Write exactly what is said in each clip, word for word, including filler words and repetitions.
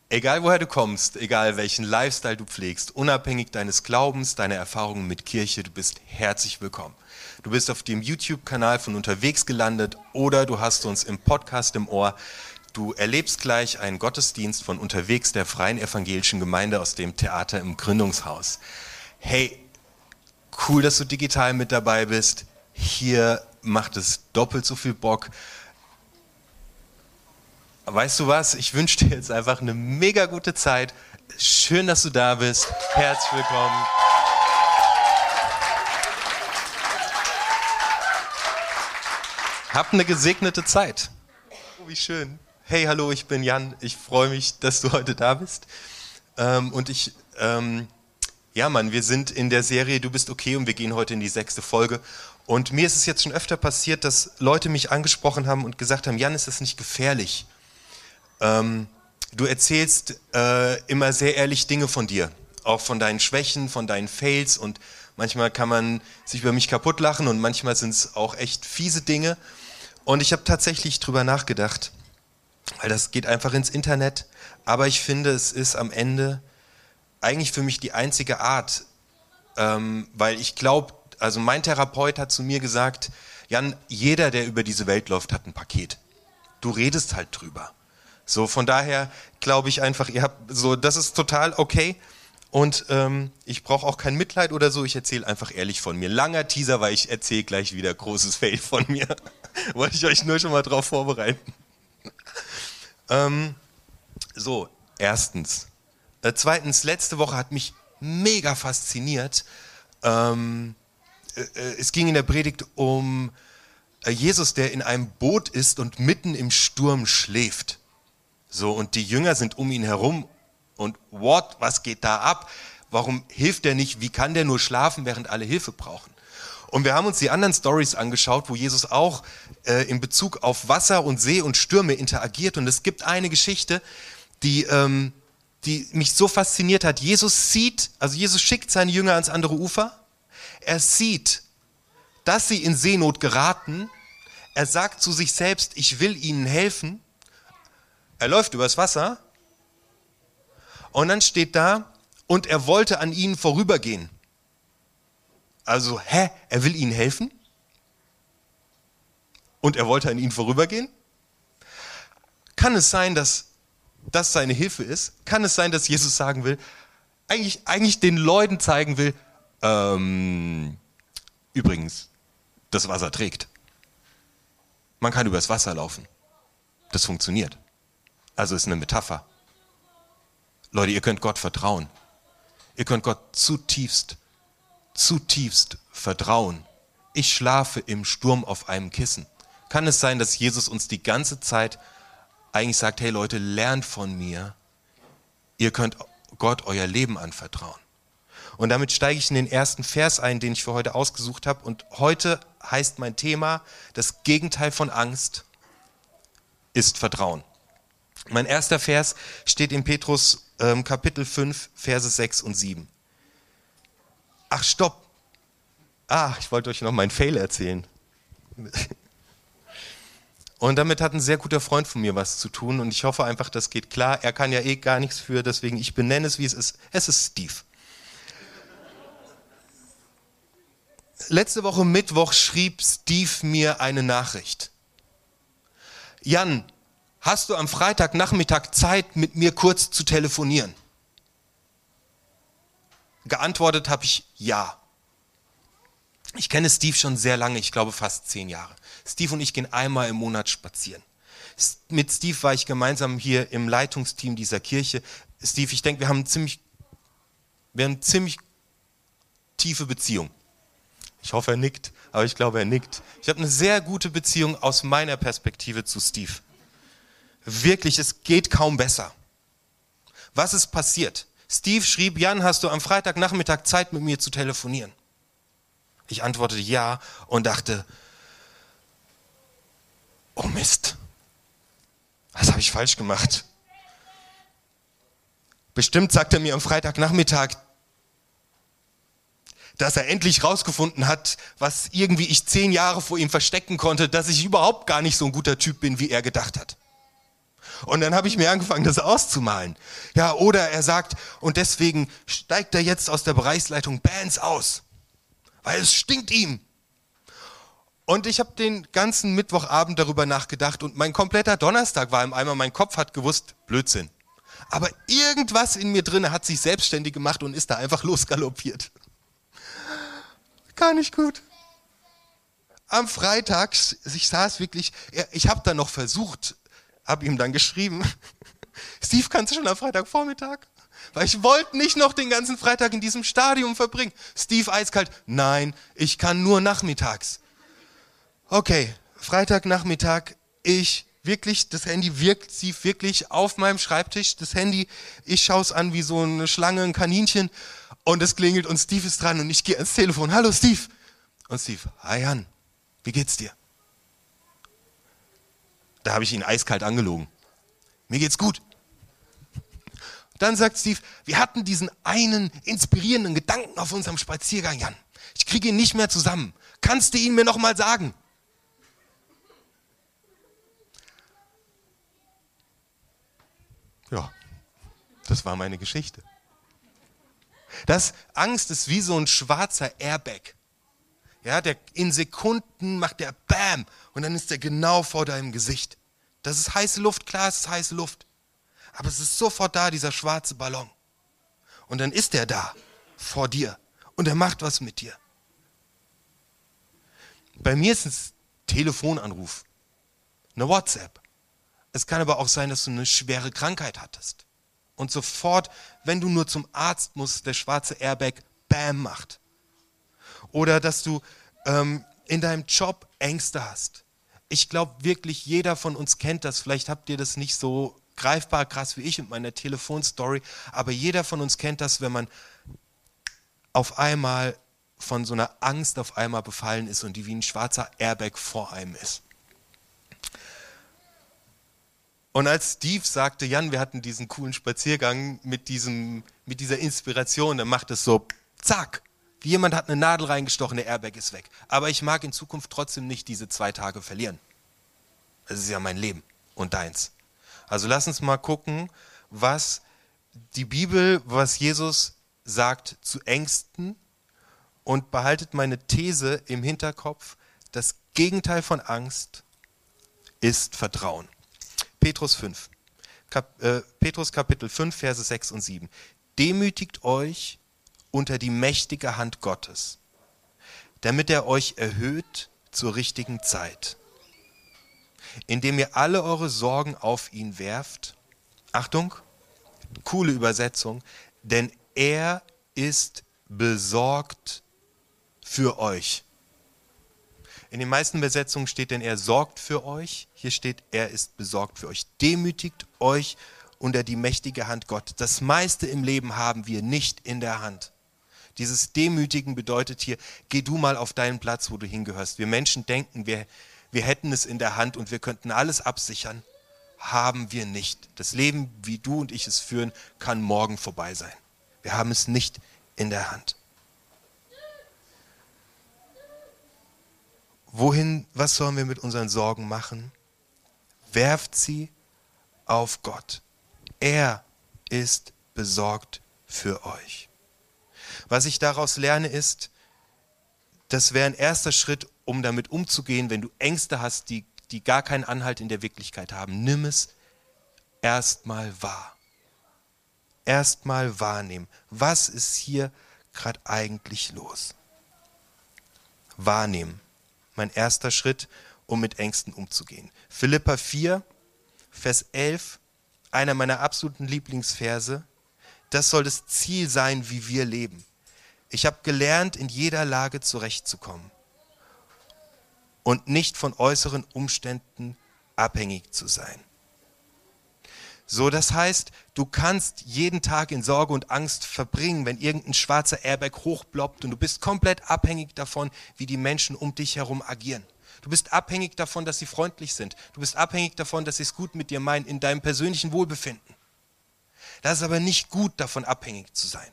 Egal woher du kommst, egal welchen Lifestyle du pflegst, unabhängig deines Glaubens, deiner Erfahrungen mit Kirche, du bist herzlich willkommen. Du bist auf dem YouTube-Kanal von Unterwegs gelandet oder du hast uns im Podcast im Ohr. Du erlebst gleich einen Gottesdienst von Unterwegs der Freien Evangelischen Gemeinde aus dem Theater im Gründungshaus. Hey, cool, dass du digital mit dabei bist. Hier macht es doppelt so viel Bock. Weißt du was? Ich wünsche dir jetzt einfach eine mega gute Zeit. Schön, dass du da bist. Herzlich willkommen. Hab eine gesegnete Zeit. Oh, wie schön. Hey, hallo, ich bin Jan. Ich freue mich, dass du heute da bist. Ähm, und ich, ähm, ja Mann, wir sind in der Serie Du bist okay und wir gehen heute in die sechste Folge. Und mir ist es jetzt schon öfter passiert, dass Leute mich angesprochen haben und gesagt haben, Jan, ist das nicht gefährlich? Ähm, du erzählst äh, immer sehr ehrlich Dinge von dir, auch von deinen Schwächen, von deinen Fails und manchmal kann man sich über mich kaputt lachen und manchmal sind es auch echt fiese Dinge und ich habe tatsächlich drüber nachgedacht, weil das geht einfach ins Internet, aber ich finde, es ist am Ende eigentlich für mich die einzige Art, ähm, weil ich glaube, also mein Therapeut hat zu mir gesagt, Jan, jeder, der über diese Welt läuft, hat ein Paket. Du redest halt drüber. So, von daher glaube ich einfach, ihr habt so, das ist total okay und ähm, ich brauche auch kein Mitleid oder so, ich erzähle einfach ehrlich von mir. Langer Teaser, weil ich erzähle gleich wieder großes Fail von mir. Wollte ich euch nur schon mal drauf vorbereiten. ähm, so, erstens. Äh, zweitens, letzte Woche hat mich mega fasziniert. Ähm, äh, es ging in der Predigt um äh, Jesus, der in einem Boot ist und mitten im Sturm schläft. So, und die Jünger sind um ihn herum und what, was geht da ab? Warum hilft er nicht? Wie kann der nur schlafen, während alle Hilfe brauchen? Und wir haben uns die anderen Stories angeschaut, wo Jesus auch äh, in Bezug auf Wasser und See und Stürme interagiert. Und es gibt eine Geschichte, die, ähm, die mich so fasziniert hat. Jesus sieht, also Jesus schickt seine Jünger ans andere Ufer. Er sieht, dass sie in Seenot geraten. Er sagt zu sich selbst, ich will ihnen helfen. Er läuft übers Wasser und dann steht da, und er wollte an ihnen vorübergehen. Also, hä? Er will ihnen helfen? Und er wollte an ihnen vorübergehen? Kann es sein, dass das seine Hilfe ist? Kann es sein, dass Jesus sagen will, eigentlich, eigentlich den Leuten zeigen will, ähm, übrigens, das Wasser trägt. Man kann übers Wasser laufen. Das funktioniert. Also ist eine Metapher. Leute, ihr könnt Gott vertrauen. Ihr könnt Gott zutiefst, zutiefst vertrauen. Ich schlafe im Sturm auf einem Kissen. Kann es sein, dass Jesus uns die ganze Zeit eigentlich sagt, hey Leute, lernt von mir. Ihr könnt Gott euer Leben anvertrauen. Und damit steige ich in den ersten Vers ein, den ich für heute ausgesucht habe. Und heute heißt mein Thema, das Gegenteil von Angst ist Vertrauen. Mein erster Vers steht in Petrus ähm, Kapitel fünf, Verse sechs und sieben. Ach, stopp. Ah, ich wollte euch noch meinen Fail erzählen. Und damit hat ein sehr guter Freund von mir was zu tun und ich hoffe einfach, das geht klar. Er kann ja eh gar nichts für, deswegen ich benenne es, wie es ist. Es ist Steve. Letzte Woche Mittwoch schrieb Steve mir eine Nachricht. Jan, hast du am Freitagnachmittag Zeit, mit mir kurz zu telefonieren? Geantwortet habe ich ja. Ich kenne Steve schon sehr lange, ich glaube fast zehn Jahre. Steve und ich gehen einmal im Monat spazieren. Mit Steve war ich gemeinsam hier im Leitungsteam dieser Kirche. Steve, ich denke, wir haben ziemlich, wir haben ziemlich tiefe Beziehung. Ich hoffe, er nickt, aber ich glaube, er nickt. Ich habe eine sehr gute Beziehung aus meiner Perspektive zu Steve. Wirklich, es geht kaum besser. Was ist passiert? Steve schrieb, Jan, hast du am Freitagnachmittag Zeit, mit mir zu telefonieren? Ich antwortete ja und dachte, oh Mist, was habe ich falsch gemacht? Bestimmt sagt er mir am Freitagnachmittag, dass er endlich rausgefunden hat, was irgendwie ich zehn Jahre vor ihm verstecken konnte, dass ich überhaupt gar nicht so ein guter Typ bin, wie er gedacht hat. Und dann habe ich mir angefangen, das auszumalen. Ja, oder er sagt, und deswegen steigt er jetzt aus der Bereichsleitung Bands aus, weil es stinkt ihm. Und ich habe den ganzen Mittwochabend darüber nachgedacht und mein kompletter Donnerstag war im Eimer. Mein Kopf hat gewusst, Blödsinn. Aber irgendwas in mir drin hat sich selbstständig gemacht und ist da einfach losgaloppiert. Gar nicht gut. Am Freitag, ich saß wirklich, ich habe dann noch versucht, habe ihm dann geschrieben, Steve, kannst du schon am Freitagvormittag? Weil ich wollte nicht noch den ganzen Freitag in diesem Stadion verbringen. Steve eiskalt, nein, ich kann nur nachmittags. Okay, Freitagnachmittag, ich wirklich, das Handy wirkt, Steve wirklich auf meinem Schreibtisch, das Handy, ich schaue es an wie so eine Schlange, ein Kaninchen und es klingelt und Steve ist dran und ich gehe ans Telefon, hallo Steve. Und Steve, hi Jan, wie geht's dir? Da habe ich ihn eiskalt angelogen. Mir geht's gut. Dann sagt Steve, wir hatten diesen einen inspirierenden Gedanken auf unserem Spaziergang, Jan. Ich kriege ihn nicht mehr zusammen. Kannst du ihn mir noch mal sagen? Ja, das war meine Geschichte. Das Angst ist wie so ein schwarzer Airbag. Ja, der in Sekunden macht der Bam und dann ist der genau vor deinem Gesicht. Das ist heiße Luft, klar, es ist heiße Luft. Aber es ist sofort da, dieser schwarze Ballon. Und dann ist er da, vor dir. Und er macht was mit dir. Bei mir ist es ein Telefonanruf, eine WhatsApp. Es kann aber auch sein, dass du eine schwere Krankheit hattest. Und sofort, wenn du nur zum Arzt musst, der schwarze Airbag Bam macht. Oder dass du ähm, in deinem Job Ängste hast. Ich glaube wirklich, jeder von uns kennt das. Vielleicht habt ihr das nicht so greifbar krass wie ich mit meiner Telefonstory. Aber jeder von uns kennt das, wenn man auf einmal von so einer Angst auf einmal befallen ist und die wie ein schwarzer Airbag vor einem ist. Und als Steve sagte, Jan, wir hatten diesen coolen Spaziergang mit, diesem, mit dieser Inspiration, dann macht es so, zack, wie jemand hat eine Nadel reingestochen, der Airbag ist weg. Aber ich mag in Zukunft trotzdem nicht diese zwei Tage verlieren. Das ist ja mein Leben und deins. Also lass uns mal gucken, was die Bibel, was Jesus sagt zu Ängsten, und behaltet meine These im Hinterkopf, das Gegenteil von Angst ist Vertrauen. Petrus fünf, Kap, äh, Petrus Kapitel fünf, Verse sechs und sieben. Demütigt euch unter die mächtige Hand Gottes, damit er euch erhöht zur richtigen Zeit, indem ihr alle eure Sorgen auf ihn werft. Achtung, coole Übersetzung, denn er ist besorgt für euch. In den meisten Übersetzungen steht, denn er sorgt für euch. Hier steht, er ist besorgt für euch. Demütigt euch unter die mächtige Hand Gottes. Das meiste im Leben haben wir nicht in der Hand. Dieses Demütigen bedeutet hier, geh du mal auf deinen Platz, wo du hingehörst. Wir Menschen denken, wir, wir hätten es in der Hand und wir könnten alles absichern. Haben wir nicht. Das Leben, wie du und ich es führen, kann morgen vorbei sein. Wir haben es nicht in der Hand. Wohin, was sollen wir mit unseren Sorgen machen? Werft sie auf Gott. Er ist besorgt für euch. Was ich daraus lerne ist, das wäre ein erster Schritt, um damit umzugehen, wenn du Ängste hast, die, die gar keinen Anhalt in der Wirklichkeit haben. Nimm es erstmal wahr. Erstmal wahrnehmen. Was ist hier gerade eigentlich los? Wahrnehmen. Mein erster Schritt, um mit Ängsten umzugehen. Philipper vier, Vers elf, einer meiner absoluten Lieblingsverse. Das soll das Ziel sein, wie wir leben. Ich habe gelernt, in jeder Lage zurechtzukommen und nicht von äußeren Umständen abhängig zu sein. So, das heißt, du kannst jeden Tag in Sorge und Angst verbringen, wenn irgendein schwarzer Airbag hochploppt und du bist komplett abhängig davon, wie die Menschen um dich herum agieren. Du bist abhängig davon, dass sie freundlich sind. Du bist abhängig davon, dass sie es gut mit dir meinen, in deinem persönlichen Wohlbefinden. Das ist aber nicht gut, davon abhängig zu sein.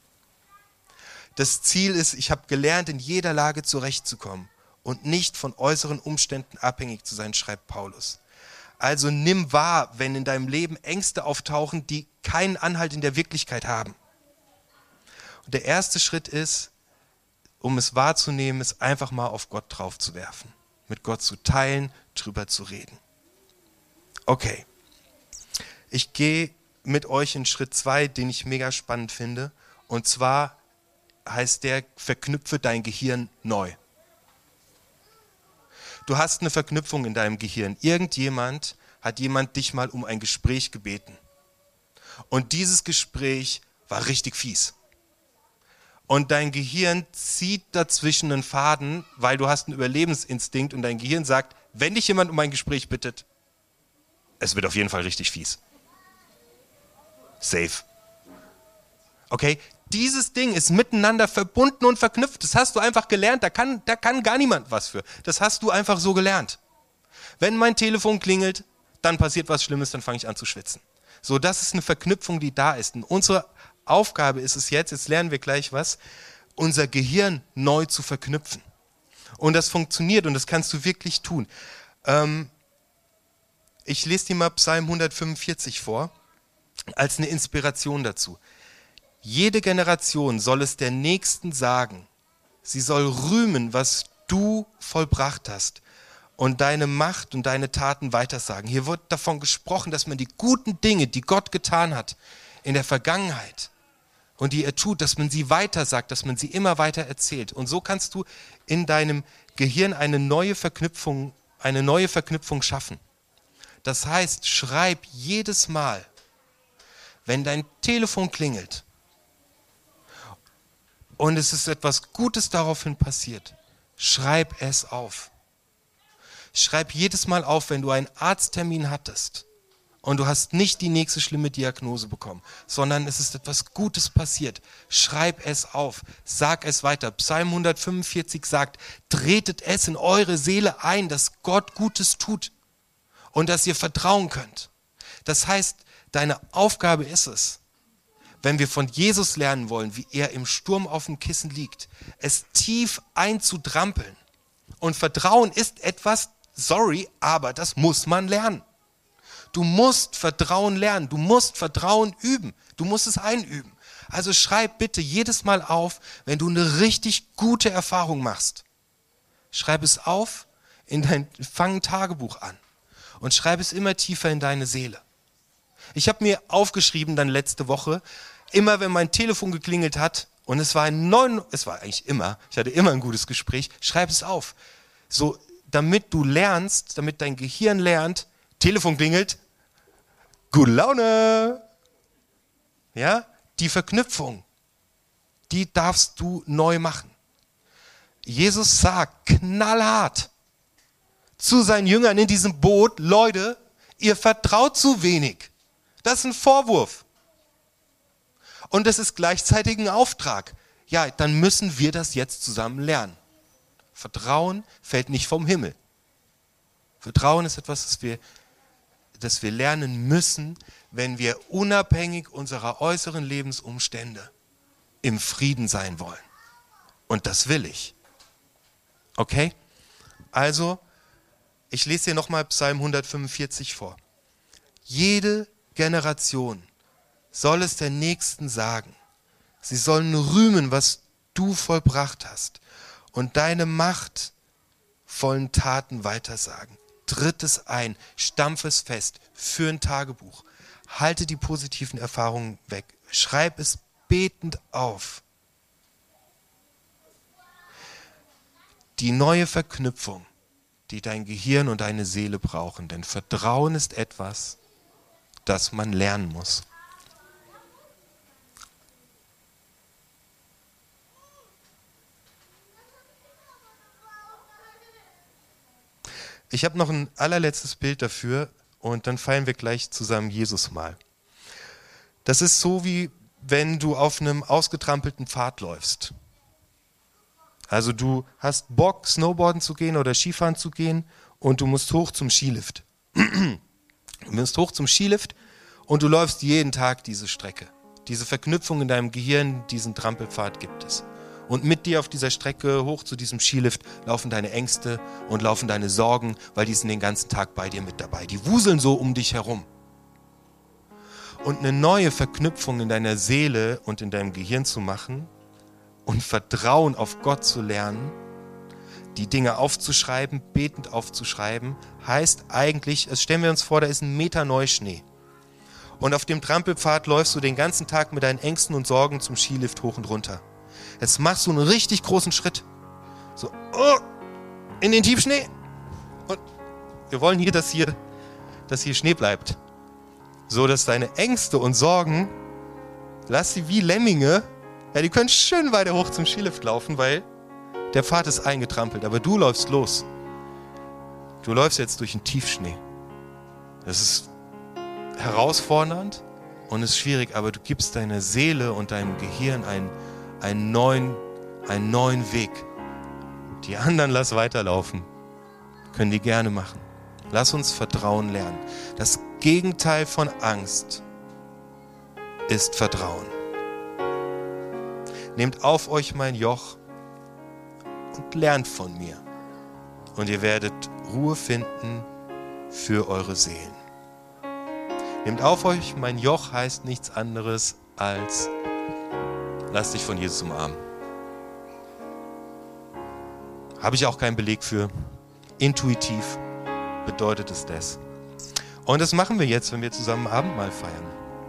Das Ziel ist, ich habe gelernt, in jeder Lage zurechtzukommen und nicht von äußeren Umständen abhängig zu sein, schreibt Paulus. Also nimm wahr, wenn in deinem Leben Ängste auftauchen, die keinen Anhalt in der Wirklichkeit haben. Und der erste Schritt ist, um es wahrzunehmen, es einfach mal auf Gott drauf zu werfen. Mit Gott zu teilen, drüber zu reden. Okay. Ich gehe mit euch in Schritt zwei, den ich mega spannend finde. Und zwar heißt der, verknüpfe dein Gehirn neu. Du hast eine Verknüpfung in deinem Gehirn. Irgendjemand hat jemand dich mal um ein Gespräch gebeten. Und dieses Gespräch war richtig fies. Und dein Gehirn zieht dazwischen einen Faden, weil du hast einen Überlebensinstinkt und dein Gehirn sagt, wenn dich jemand um ein Gespräch bittet, es wird auf jeden Fall richtig fies. Safe. Okay? Dieses Ding ist miteinander verbunden und verknüpft. Das hast du einfach gelernt. Da kann, da kann gar niemand was für. Das hast du einfach so gelernt. Wenn mein Telefon klingelt, dann passiert was Schlimmes, dann fange ich an zu schwitzen. So, das ist eine Verknüpfung, die da ist. Und unsere Aufgabe ist es jetzt, jetzt lernen wir gleich was, unser Gehirn neu zu verknüpfen. Und das funktioniert und das kannst du wirklich tun. Ähm, ich lese dir mal Psalm hundertfünfundvierzig vor, als eine Inspiration dazu. Jede Generation soll es der Nächsten sagen. Sie soll rühmen, was du vollbracht hast und deine Macht und deine Taten weitersagen. Hier wird davon gesprochen, dass man die guten Dinge, die Gott getan hat in der Vergangenheit und die er tut, dass man sie weitersagt, dass man sie immer weiter erzählt. Und so kannst du in deinem Gehirn eine neue Verknüpfung, eine neue Verknüpfung schaffen. Das heißt, schreib jedes Mal, wenn dein Telefon klingelt, und es ist etwas Gutes daraufhin passiert, schreib es auf. Schreib jedes Mal auf, wenn du einen Arzttermin hattest und du hast nicht die nächste schlimme Diagnose bekommen, sondern es ist etwas Gutes passiert. Schreib es auf, sag es weiter. Psalm hundertfünfundvierzig sagt, tretet es in eure Seele ein, dass Gott Gutes tut und dass ihr vertrauen könnt. Das heißt, deine Aufgabe ist es, wenn wir von Jesus lernen wollen, wie er im Sturm auf dem Kissen liegt, es tief einzutrampeln. Und Vertrauen ist etwas, sorry, aber das muss man lernen. Du musst Vertrauen lernen, du musst Vertrauen üben, du musst es einüben. Also schreib bitte jedes Mal auf, wenn du eine richtig gute Erfahrung machst. Schreib es auf, in dein, fang ein Tagebuch an und schreib es immer tiefer in deine Seele. Ich habe mir aufgeschrieben dann letzte Woche, immer wenn mein Telefon geklingelt hat, und es war ein neun, es war eigentlich immer, ich hatte immer ein gutes Gespräch, schreib es auf. So, damit du lernst, damit dein Gehirn lernt, Telefon klingelt, gute Laune. Ja, die Verknüpfung, die darfst du neu machen. Jesus sagt knallhart zu seinen Jüngern in diesem Boot, Leute, ihr vertraut zu wenig. Das ist ein Vorwurf. Und das ist gleichzeitig ein Auftrag. Ja, dann müssen wir das jetzt zusammen lernen. Vertrauen fällt nicht vom Himmel. Vertrauen ist etwas, das wir, das wir lernen müssen, wenn wir unabhängig unserer äußeren Lebensumstände im Frieden sein wollen. Und das will ich. Okay? Also, ich lese dir nochmal Psalm hundertfünfundvierzig vor. Jede Generation soll es der Nächsten sagen. Sie sollen rühmen, was du vollbracht hast und deine machtvollen Taten weitersagen. Tritt es ein, stampf es fest, führ ein Tagebuch, halte die positiven Erfahrungen weg, schreib es betend auf. Die neue Verknüpfung, die dein Gehirn und deine Seele brauchen, denn Vertrauen ist etwas, das man lernen muss. Ich habe noch ein allerletztes Bild dafür und dann feiern wir gleich zusammen Jesus mal. Das ist so, wie wenn du auf einem ausgetrampelten Pfad läufst. Also du hast Bock, Snowboarden zu gehen oder Skifahren zu gehen und du musst hoch zum Skilift. Du musst hoch zum Skilift und du läufst jeden Tag diese Strecke. Diese Verknüpfung in deinem Gehirn, diesen Trampelpfad gibt es. Und mit dir auf dieser Strecke hoch zu diesem Skilift laufen deine Ängste und laufen deine Sorgen, weil die sind den ganzen Tag bei dir mit dabei. Die wuseln so um dich herum. Und eine neue Verknüpfung in deiner Seele und in deinem Gehirn zu machen und Vertrauen auf Gott zu lernen, die Dinge aufzuschreiben, betend aufzuschreiben, heißt eigentlich, das stellen wir uns vor, da ist ein Meter Neuschnee. Und auf dem Trampelpfad läufst du den ganzen Tag mit deinen Ängsten und Sorgen zum Skilift hoch und runter. Jetzt machst du einen richtig großen Schritt. So, oh, in den Tiefschnee. Und wir wollen hier, dass hier, dass hier Schnee bleibt. So, dass deine Ängste und Sorgen, lass sie wie Lemminge, ja, die können schön weiter hoch zum Skilift laufen, weil der Pfad ist eingetrampelt, aber du läufst los. Du läufst jetzt durch den Tiefschnee. Das ist herausfordernd und ist schwierig, aber du gibst deiner Seele und deinem Gehirn einen, einen, neuen, einen neuen Weg. Die anderen lass weiterlaufen. Können die gerne machen. Lass uns Vertrauen lernen. Das Gegenteil von Angst ist Vertrauen. Nehmt auf euch mein Joch und lernt von mir. Und ihr werdet Ruhe finden für eure Seelen. Nehmt auf euch, mein Joch heißt nichts anderes als, lasst dich von Jesus umarmen. Habe ich auch keinen Beleg für. Intuitiv bedeutet es das. Und das machen wir jetzt, wenn wir zusammen Abendmahl feiern.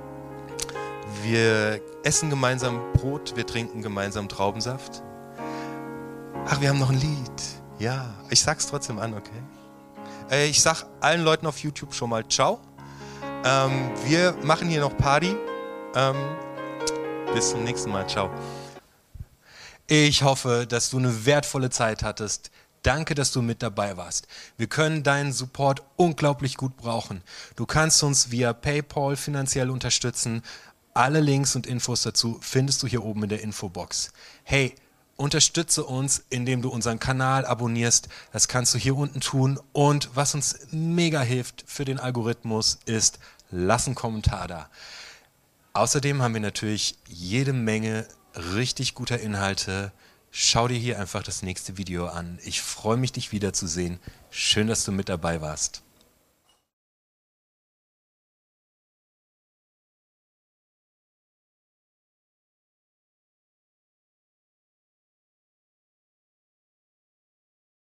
Wir essen gemeinsam Brot, wir trinken gemeinsam Traubensaft. Ach, wir haben noch ein Lied. Ja, ich sag's trotzdem an, okay? Äh, ich sag allen Leuten auf YouTube schon mal Ciao. Ähm, wir machen hier noch Party. Ähm, bis zum nächsten Mal. Ciao. Ich hoffe, dass du eine wertvolle Zeit hattest. Danke, dass du mit dabei warst. Wir können deinen Support unglaublich gut brauchen. Du kannst uns via PayPal finanziell unterstützen. Alle Links und Infos dazu findest du hier oben in der Infobox. Hey, unterstütze uns, indem du unseren Kanal abonnierst. Das kannst du hier unten tun. Und was uns mega hilft für den Algorithmus ist, lass einen Kommentar da. Außerdem haben wir natürlich jede Menge richtig guter Inhalte. Schau dir hier einfach das nächste Video an. Ich freue mich, dich wiederzusehen. Schön, dass du mit dabei warst.